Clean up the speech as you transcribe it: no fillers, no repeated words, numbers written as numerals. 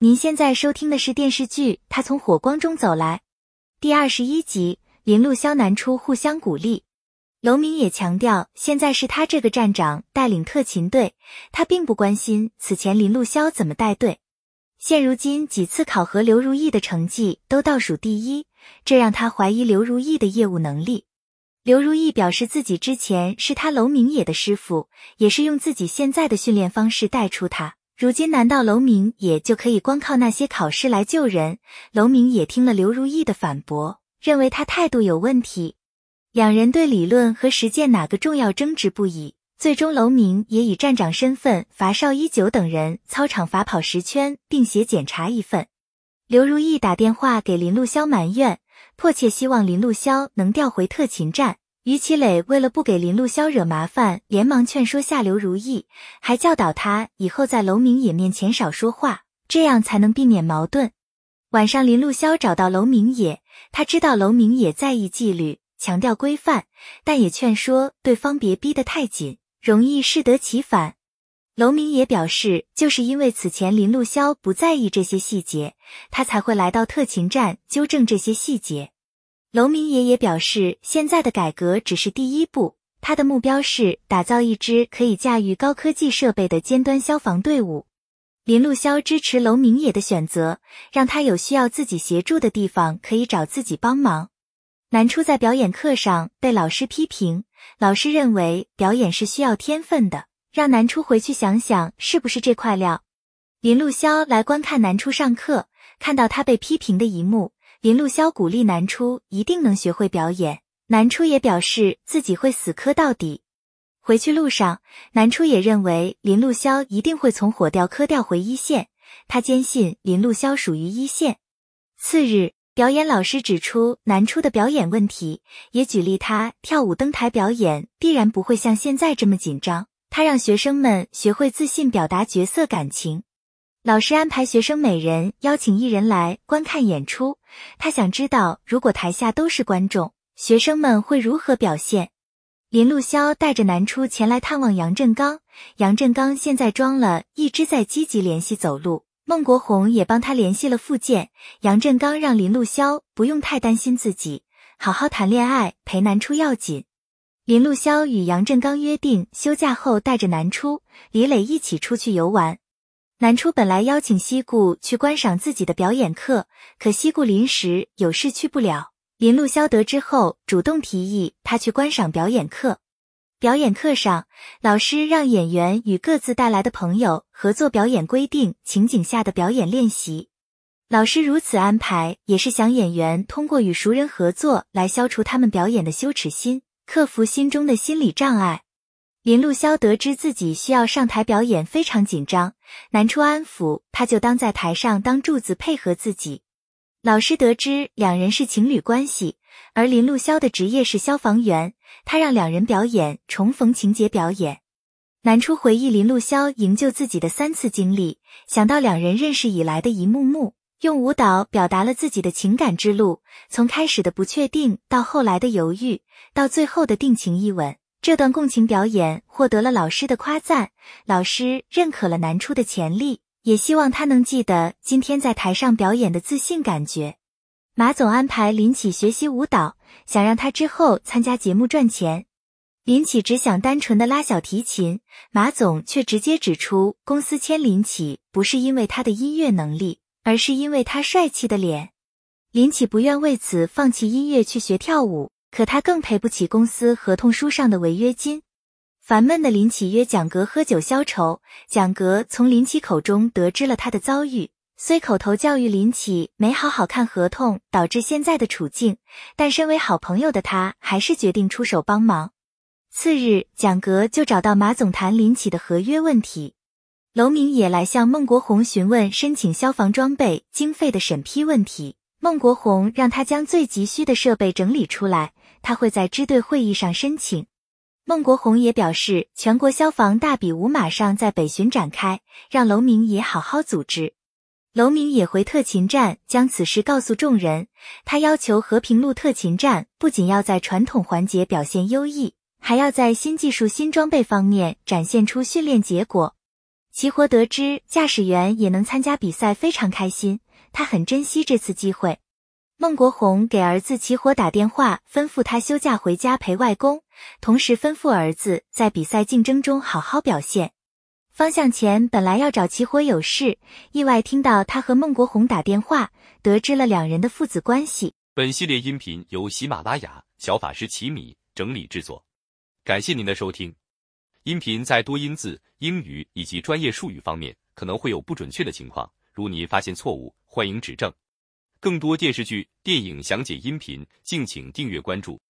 您现在收听的是电视剧《他从火光中走来》第21集，林路萧南初互相鼓励。楼明也强调，现在是他这个站长带领特勤队，他并不关心此前林路萧怎么带队。现如今几次考核刘如意的成绩都倒数第一，这让他怀疑刘如意的业务能力。刘如意表示自己之前是他楼明野的师傅，也是用自己现在的训练方式带出他。如今难道楼明野就可以光靠那些考试来救人？楼明野听了刘如意的反驳，认为他态度有问题。两人对理论和实践哪个重要争执不已，最终楼明也以站长身份罚邵一九等人操场罚跑10圈，并写检查一份。刘如意打电话给林路萧埋怨，迫切希望林路萧能调回特勤站。于其磊为了不给林路萧惹麻烦，连忙劝说下刘如意，还教导他以后在楼明野面前少说话，这样才能避免矛盾。晚上林路萧找到楼明野，他知道楼明野在意纪律，强调规范，但也劝说对方别逼得太紧，容易适得其反。楼明野表示，就是因为此前林路萧不在意这些细节，他才会来到特勤站纠正这些细节。楼明野也表示，现在的改革只是第一步，他的目标是打造一支可以驾驭高科技设备的尖端消防队伍。林路萧支持楼明野的选择，让他有需要自己协助的地方可以找自己帮忙。南初在表演课上被老师批评，老师认为表演是需要天分的，让南初回去想想是不是这块料。林路萧来观看南初上课，看到他被批评的一幕，林路萧鼓励南初一定能学会表演，南初也表示自己会死磕到底。回去路上，南初也认为林路萧一定会从火调科调回一线，他坚信林路萧属于一线。次日，表演老师指出南初的表演问题，也举例他跳舞登台表演必然不会像现在这么紧张，他让学生们学会自信表达角色感情。老师安排学生每人邀请一人来观看演出，他想知道如果台下都是观众，学生们会如何表现。林路萧带着南初前来探望杨振刚，杨振刚现在装了一只在积极联系走路，孟国红也帮他联系了附件。杨振刚让林路萧不用太担心自己，好好谈恋爱陪南初要紧。林路萧与杨振刚约定休假后带着南初、李磊一起出去游玩。南初本来邀请西顾去观赏自己的表演课，可西顾临时有事去不了。林路萧得知后主动提议他去观赏表演课。表演课上，老师让演员与各自带来的朋友合作表演规定情景下的表演练习。老师如此安排，也是想演员通过与熟人合作来消除他们表演的羞耻心，克服心中的心理障碍。林路萧得知自己需要上台表演，非常紧张，南初安抚他就当在台上当柱子配合自己。老师得知两人是情侣关系，而林路萧的职业是消防员，他让两人表演重逢情节表演。南初回忆林路萧营救自己的3次经历，想到两人认识以来的一幕幕，用舞蹈表达了自己的情感之路，从开始的不确定到后来的犹豫，到最后的定情一吻。这段共情表演获得了老师的夸赞，老师认可了南初的潜力，也希望他能记得今天在台上表演的自信感觉。马总安排林启学习舞蹈，想让他之后参加节目赚钱。林启只想单纯的拉小提琴，马总却直接指出公司签林启不是因为他的音乐能力，而是因为他帅气的脸。林启不愿为此放弃音乐去学跳舞，可他更赔不起公司合同书上的违约金。烦闷的林启约蒋格喝酒消愁，蒋格从林启口中得知了他的遭遇，虽口头教育林启没好好看合同导致现在的处境，但身为好朋友的他还是决定出手帮忙。次日，蒋格就找到马总谈林启的合约问题。楼明也来向孟国红询问申请消防装备经费的审批问题，孟国红让他将最急需的设备整理出来，他会在支队会议上申请。孟国红也表示，全国消防大比武马上在北巡展开，让楼明也好好组织。楼明也回特勤站将此事告诉众人，他要求和平路特勤站不仅要在传统环节表现优异，还要在新技术新装备方面展现出训练结果。 齐活得知驾驶员也能参加比赛，非常开心，他很珍惜这次机会。孟国红给儿子齐活打电话，吩咐他休假回家陪外公，同时吩咐儿子在比赛竞争中好好表现。方向前本来要找齐活有事，意外听到他和孟国红打电话，得知了两人的父子关系。 本系列音频由喜马拉雅小法师奇米整理制作，感谢您的收听。音频在多音字、英语以及专业术语方面可能会有不准确的情况，如您发现错误，欢迎指正。更多电视剧、电影详解音频，敬请订阅关注。